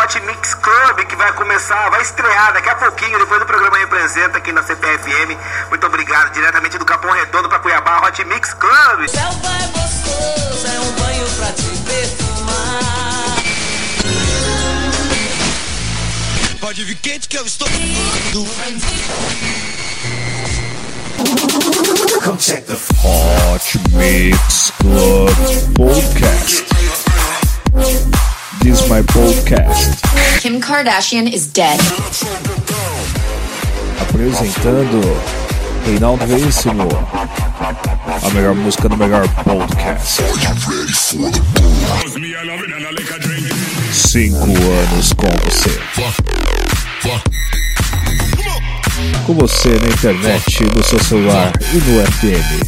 Hot Mix Club, que vai estrear daqui a pouquinho, depois do programa Representa aqui na CPFM. Muito obrigado, diretamente do Capão Redondo para Cuiabá, Hot Mix Club. Selva é gostoso, é um banho pra te perfumar. Pode vir quente que eu estou do Come check the Hot Mix Club Podcast. This is my podcast. Kim Kardashian is dead. Apresentando Reinaldo Veríssimo, a melhor música do melhor podcast. 5 anos com você. Com você na internet, no seu celular e no FM.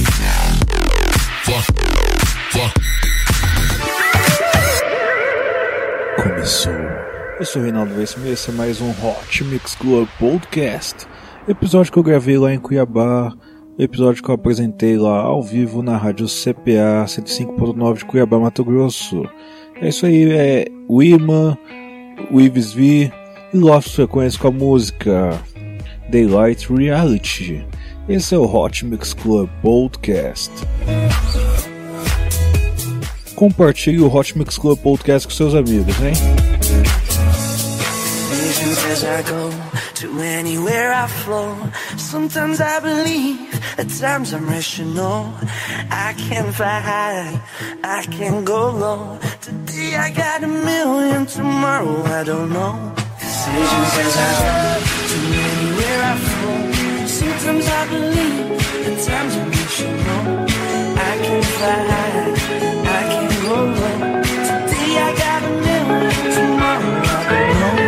Começou. Eu sou o Reinaldo Veríssimo e esse é mais um Hot Mix Club Podcast. Episódio que eu gravei lá em Cuiabá. Episódio que eu apresentei lá ao vivo na rádio CPA 105.9 de Cuiabá, Mato Grosso. É isso aí, é o Iman, o Ives V e Lost Frequência com a música Daylight Reality. Esse é o Hot Mix Club Podcast. Compartilhe o Hot Mix Club Podcast com seus amigos, hein? As I go to anywhere I flow, sometimes I believe, at times I'm rational. I can fly high, I can go low. Today I got a million, tomorrow I don't know. Decisions as I go to anywhere I flow, sometimes I believe, at times I'm rational. I can fly high, I can go low. Today I got a million, tomorrow I don't know.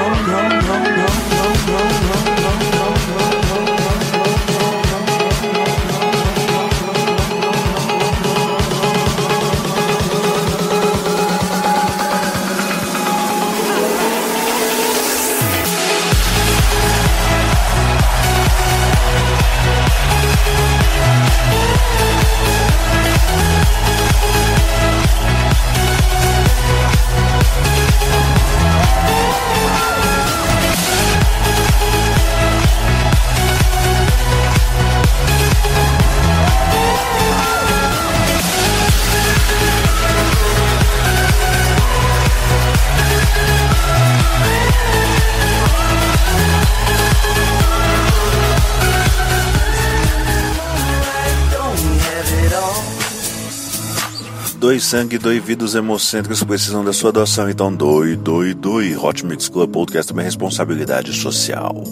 Doe sangue, doe vidas hemocêntricas que precisam da sua doação. Então doe. Hot Mix Club Podcast também é responsabilidade social.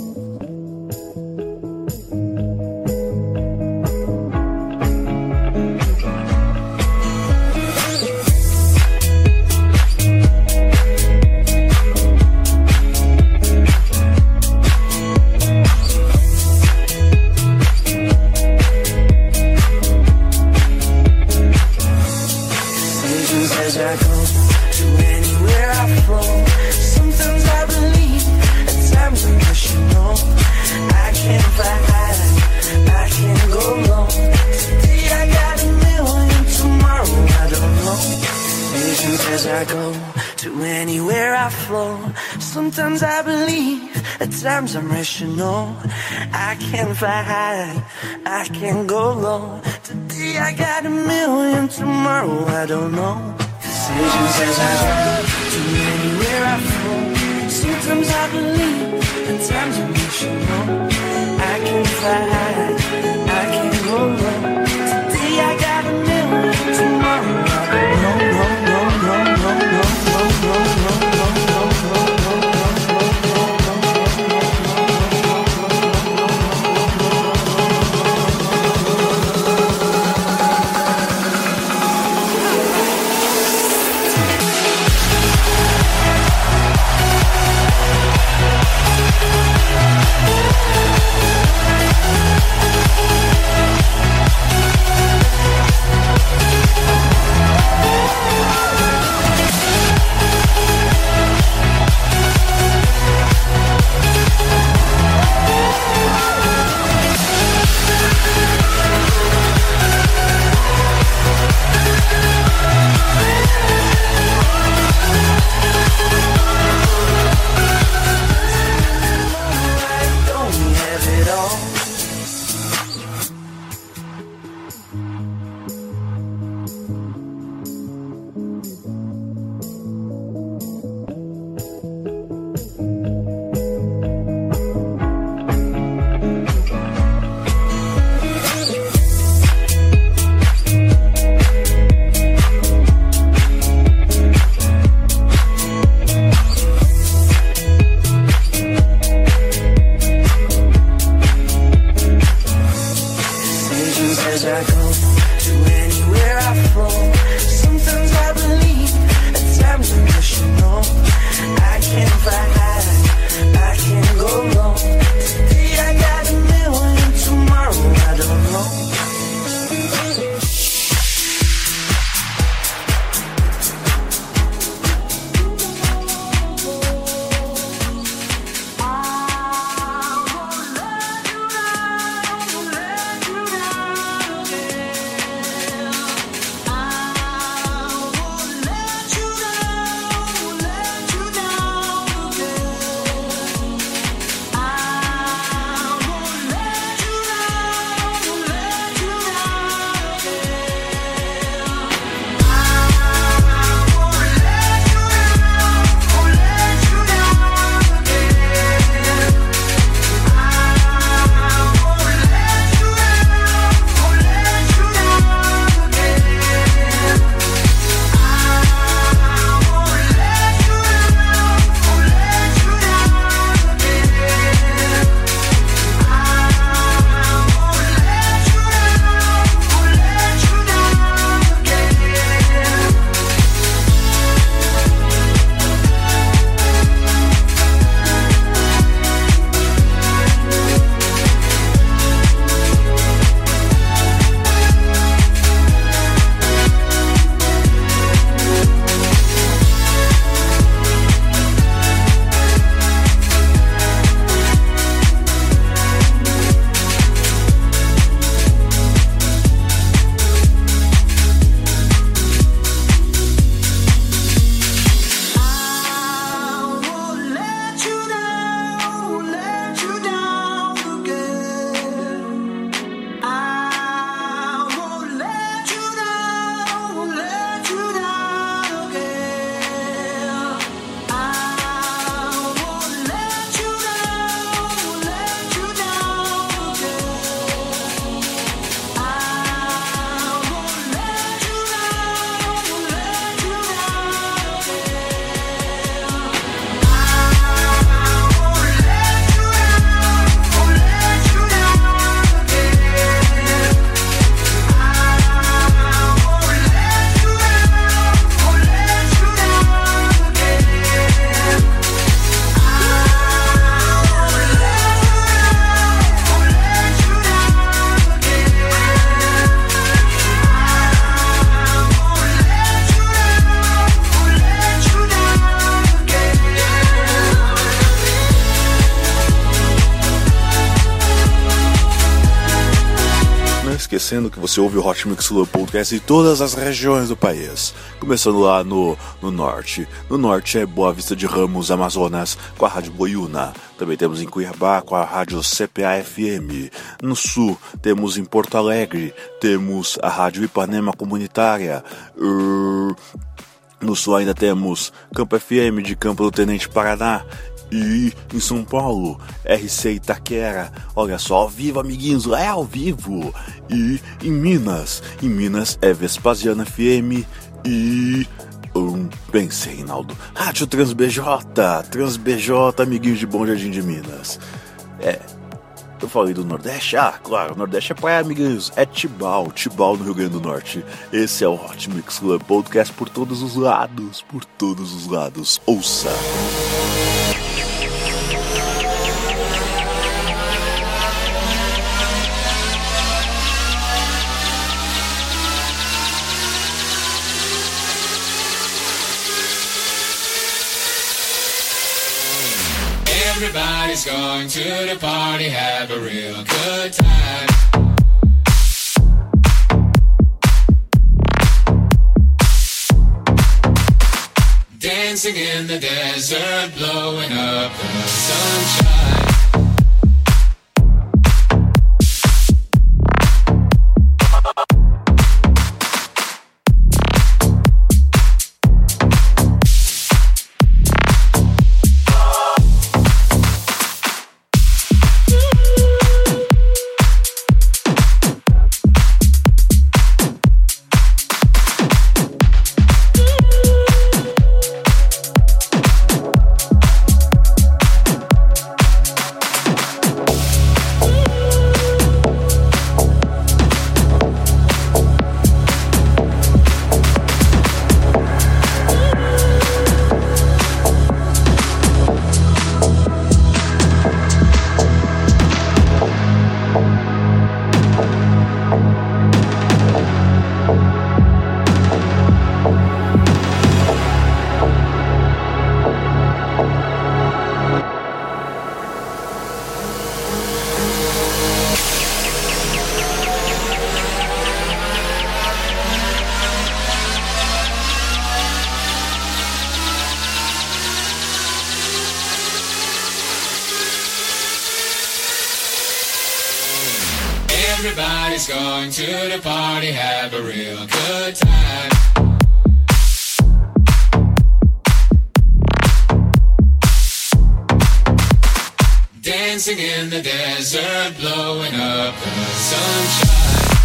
Sometimes I believe, at times I'm rational. I can fly high, I can go low. Today I got a million, tomorrow I don't know. Decisions as I go to anywhere I flow. Sometimes I believe, at times I'm rational. I can fly high, I can go low. Today I got a million, tomorrow I don't know. esquecendo que você ouve o Hot Mix Club Podcast em todas as regiões do país. Começando lá no norte. No norte é Boa Vista de Ramos, Amazonas, com a Rádio Boiúna. Também temos em Cuiabá com a Rádio CPA-FM. No sul temos em Porto Alegre, temos a Rádio Ipanema Comunitária. No sul ainda temos Campo FM de Campo do Tenente Paraná. E em São Paulo, RC Itaquera. Olha só, ao vivo, amiguinhos, é ao vivo. E em Minas é Vespasiano FM. E pensei, Reinaldo, Rádio TransBJ, amiguinhos de Bom Jardim de Minas. Eu falei do Nordeste? Claro, o Nordeste é praia, amiguinhos. É Tibau no Rio Grande do Norte. Esse é o Hot Mix Club Podcast por todos os lados. Ouça! Everybody's going to the party, have a real good time. Dancing in the desert, blowing up the sunshine. Everybody's going to the party, have a real good time. Dancing in the desert, blowing up the sunshine.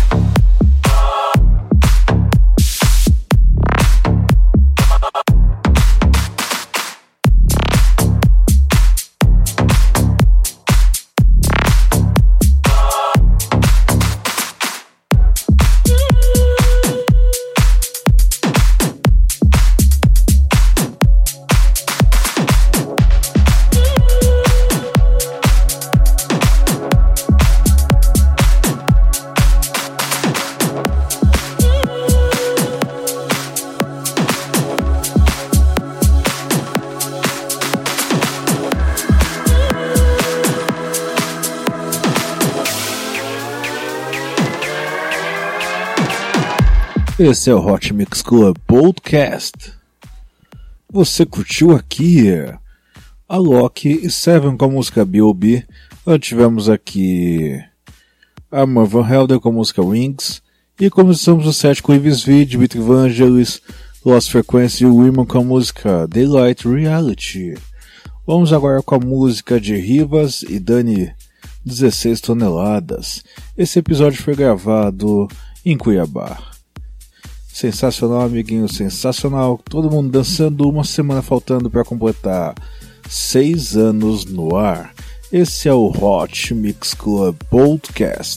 Esse é o Hot Mix Club Podcast. Você curtiu aqui a Loki e Seven com a música B.O.B. Nós tivemos aqui Armand Van Helder com a música Wings. E começamos o set com Yves V, Dimitri Vangelis, Lost Frequency e Women com a música Daylight Reality. Vamos agora com a música de Rivas e Dani, 16 toneladas. Esse episódio foi gravado em Cuiabá. Sensacional, amiguinho, sensacional. Todo mundo dançando, uma semana faltando para completar 6 anos no ar. Esse é o Hot Mix Club Podcast.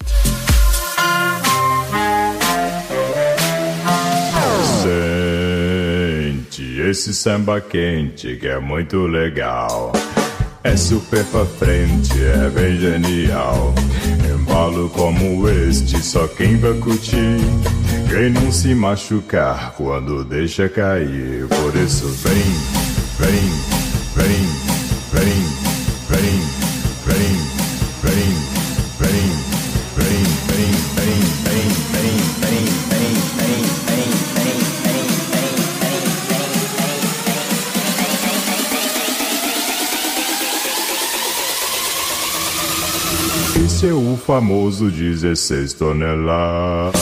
Sente esse samba quente que é muito legal. É super pra frente, é bem genial. Embalo como este, só quem vai curtir. Quem não se machucar quando deixa cair. Por isso vem, vem, vem, vem, vem, vem, vem, vem, vem, vem, vem, vem. Esse é o famoso 16 toneladas.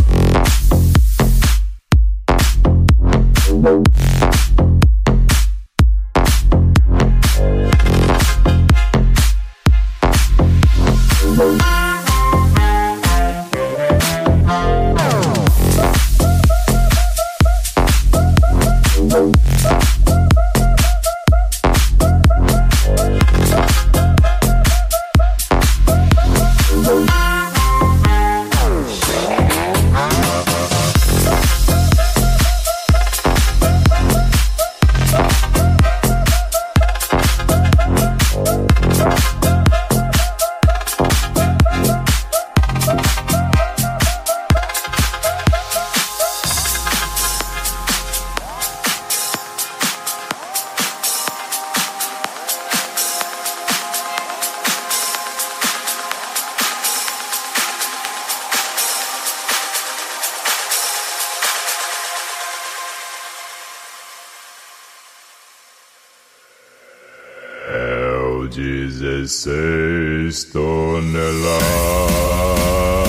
É o 16 toneladas.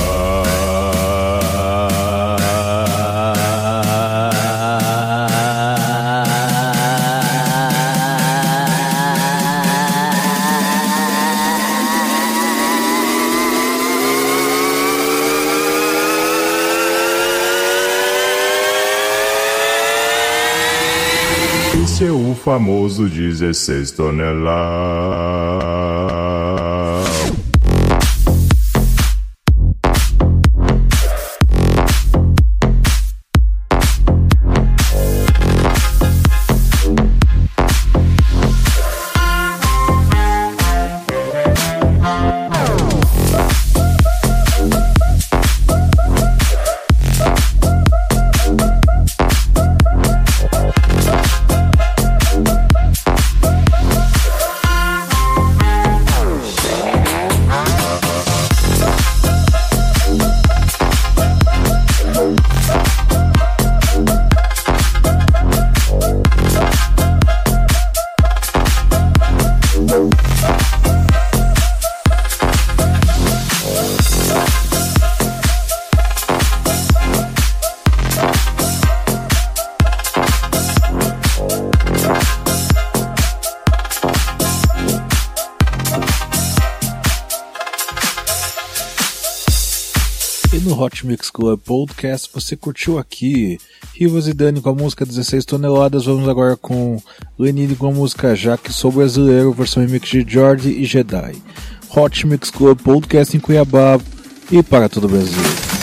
Esse é o famoso 16 toneladas. E no Hot Mix Club Podcast você curtiu aqui Rivas e Dani com a música 16 toneladas. Vamos agora com Lenine com a música Já Que Sou Brasileiro, versão remix de Jordi e Jedi. Hot Mix Club Podcast em Cuiabá e para todo o Brasil.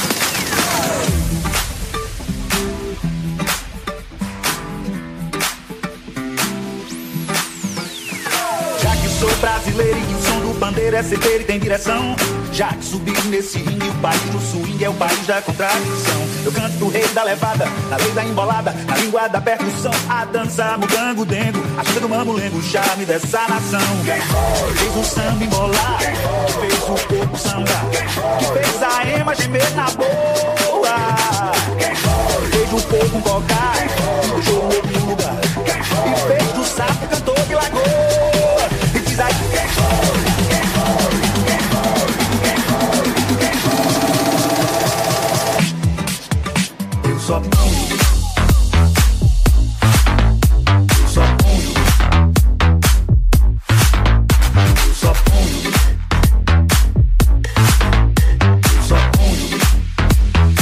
Já que sou brasileiro e que o som do bandeira é certeiro e tem direção, já que subi nesse ringue, o país do swing é o país da contradição. Eu canto o rei da levada, na lei da embolada, na língua da percussão, a dança, mugango, dengo, a chega do mamulengo, o charme dessa nação. Que fez o samba embolar, que fez o corpo sambar, que fez a ema gemer na boa, fez o povo embocar, que deixou o outro no lugar, e fez do sapo cantor de lagoa, e diz aí só ponho, só ponho, só ponho, só ponho,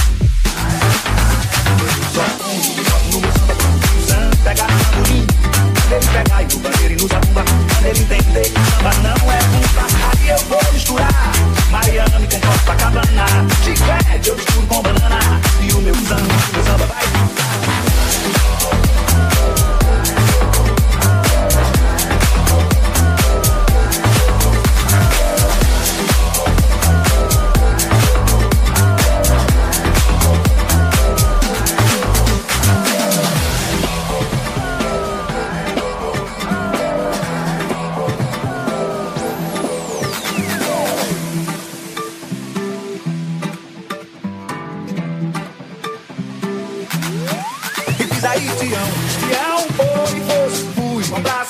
só ponho, no meu samba, pega no tamborim,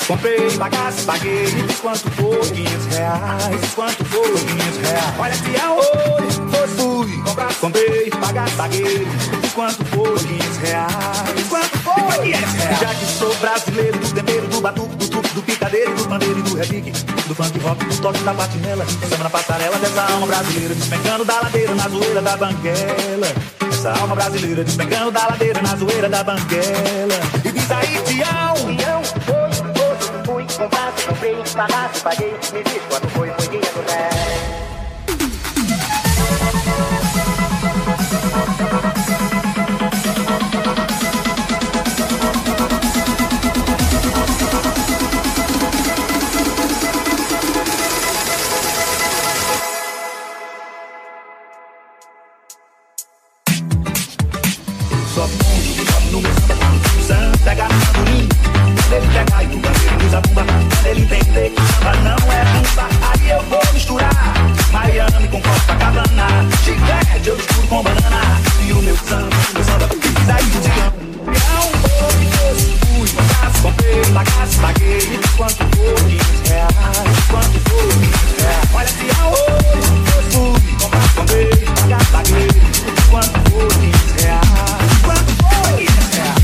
Comprei, pagasse, paguei, me diz quanto for, R$500. Diz quanto for, R$500. Olha se é hoje, fui, comprar, comprei, pagasse, paguei, me diz quanto for, R$500. Diz quanto for, R$500. Já que sou brasileiro, do tempero, do batuque, do truque, do picadeiro, do pandeiro e do repique, do funk rock, do toque da patinela, samba na passarela dessa alma brasileira, despencando da ladeira na zoeira da banguela. Essa alma brasileira despencando da ladeira na zoeira da banguela. E diz aí, Tião, fui, comprasse, comprei, pagasse, paguei, me diz quanto foi R$500. Pega a tamborim, ele pega e tuba, ele usa bumba. Quando ele entender que samba não é bumba, aí eu vou misturar Miami com Copacabana, chiclete eu misturo com banana. E o meu samba diz aí o Tião. Fui, comprasse, comprei, pagasse, paguei, quanto for R$500, quanto for R$500. Olha se é hoje, fui, comprasse, comprei, pagasse, paguei, quanto for R$500, quanto for R$500.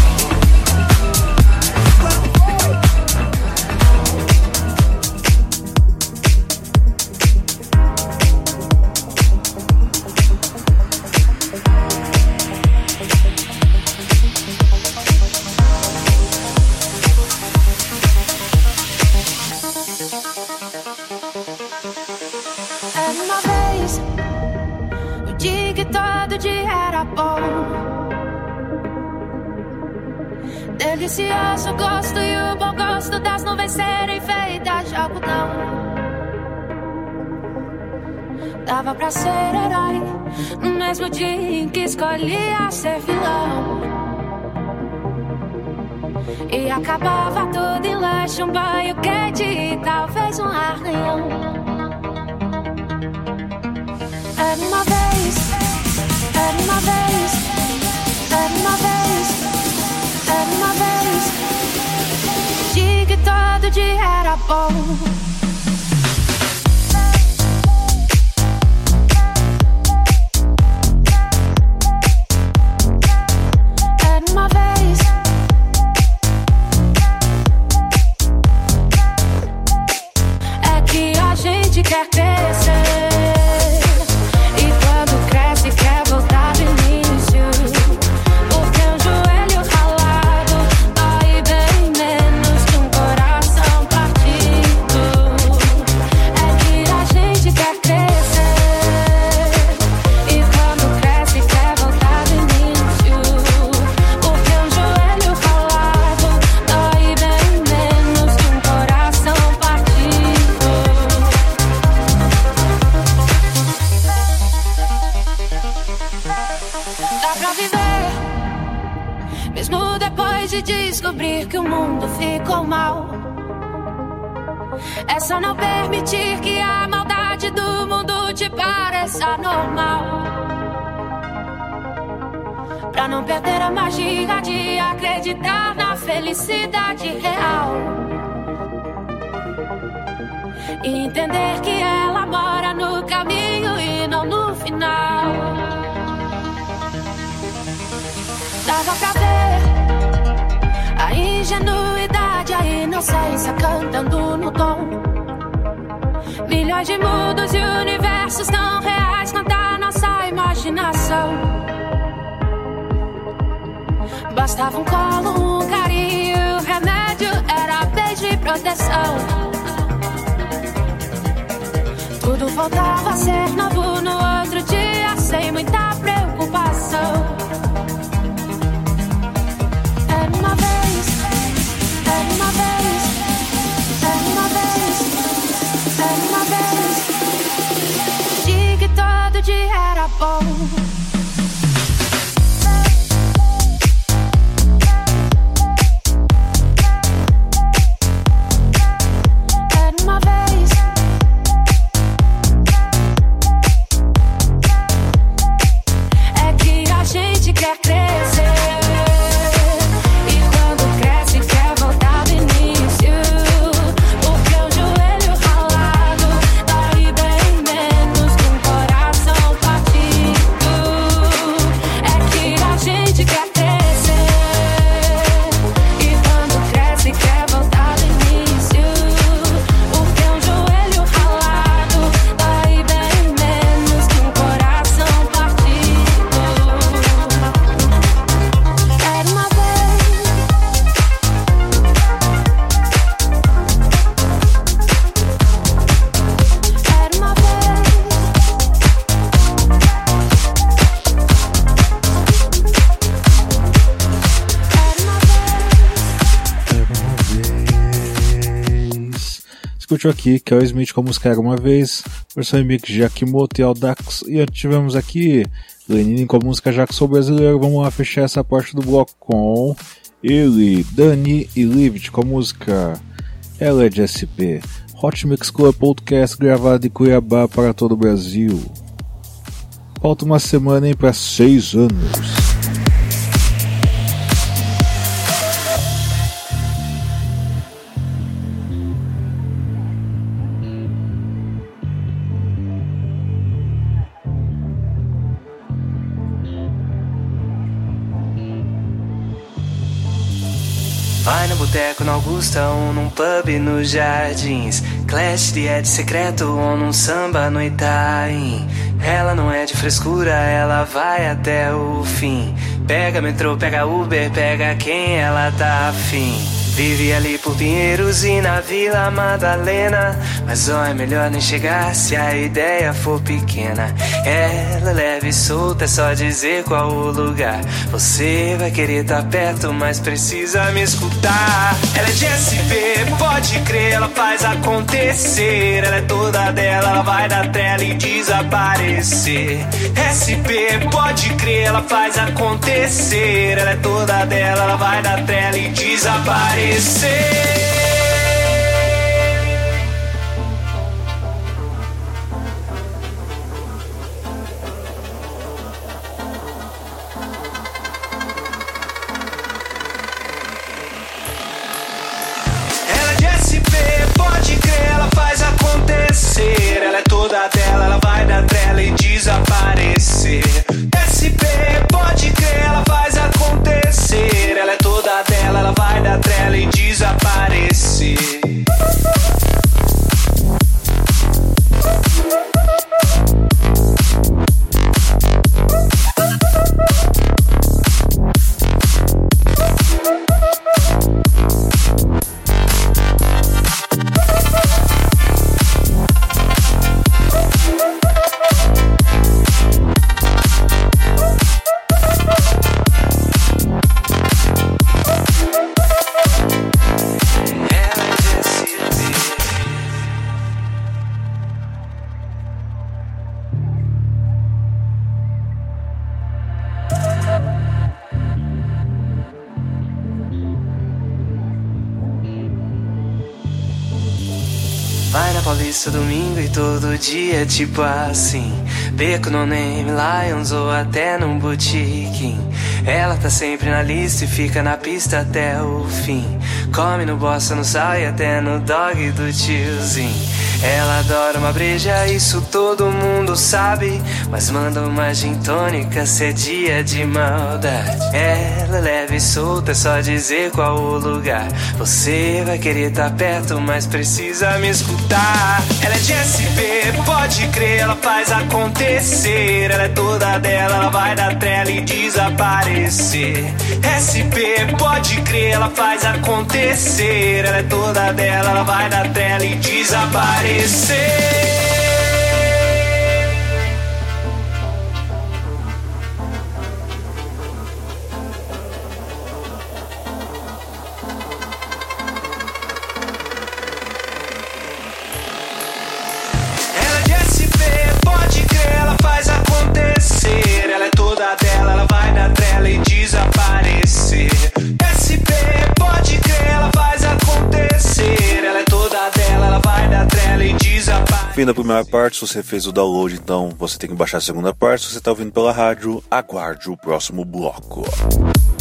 Delicioso gosto e o bom gosto das nuvens serem feitas de algodão. Dava pra ser herói no mesmo dia em que escolhia ser vilão. E acabava tudo em lanche, um banho quente e talvez um arranhão. Era uma vez, era uma vez, era uma vez, era uma vez, de que todo dia era bom. Era uma vez, é que a gente quer crescer. Descobrir que o mundo ficou mal. É só não permitir que a maldade do mundo te pareça normal. Pra não perder a magia de acreditar na felicidade real. E entender que ela mora no caminho e não no final. Dava pra ver a ingenuidade, a inocência cantando no tom. Milhões de mundos e universos tão reais quanto a nossa imaginação. Bastava um colo, um carinho, o remédio era beijo e proteção. Tudo voltava a ser novo no outro dia, sem muita preocupação. Era uma vez, era uma vez, era uma vez, era uma vez, de que todo dia era bom. Crescer, e quando cresce quer voltar do início. Escutou aqui Kel Smith com a música Era Uma Vez, versão remix de Akimoto e Audax, e antes tivemos aqui Lenine com a música Já Que Sou Brasileiro. Vamos lá fechar essa parte do bloco com ele, Dani e Livid com a música Ela é de SP. Hot Mix Club Podcast gravado em Cuiabá para todo o Brasil. Falta uma semana para 6 anos. Vai no boteco, no Augusta ou num pub nos Jardins, Clash de Ed secreto ou num samba no Itaim. Ela não é de frescura, ela vai até o fim. Pega metrô, pega Uber, pega quem ela tá afim. Vive ali por Pinheiros e na Vila Madalena, mas ó, é melhor nem chegar se a ideia for pequena. Ela é leve e solta, é só dizer qual o lugar. Você vai querer tá perto, mas precisa me escutar. Ela é de SP, pode crer, ela faz acontecer. Ela é toda dela, ela vai da tela e desaparecer. SP, pode crer, ela faz acontecer. Ela é toda dela, ela vai da tela e desaparecer. Ela é de SP, pode crer, ela faz acontecer. Ela é toda dela, ela vai da tela e desaparecer. SP, pode crer, ela faz acontecer. Ela é toda dela, ela vai da tela e desaparecer. Vai na Paulista domingo e todo dia tipo assim. Beco no Name, Lions ou até num botequim. Ela tá sempre na lista e fica na pista até o fim. Come no bossa, no sal e até no dog do tiozinho. Ela adora uma breja, isso todo mundo sabe, mas manda uma gin tônica se é dia de maldade. Ela é leve e solta, é só dizer qual o lugar. Você vai querer tá perto, mas precisa me escutar. Ela é de SP, pode crer, ela faz acontecer. Ela é toda dela, ela vai da tela e desaparecer. SP, pode crer, ela faz acontecer. Ela é toda dela, ela vai da tela e desaparecer. Ela é de SP, pode crer, ela faz acontecer. Ela é toda dela, ela vai da tela e desaparecer. SP, pode crer, ela faz acontecer. Ela é toda dela, ela vai da tela e desaparecer. Fim da primeira parte, se você fez o download, então você tem que baixar a segunda parte. Se você está ouvindo pela rádio, aguarde o próximo bloco.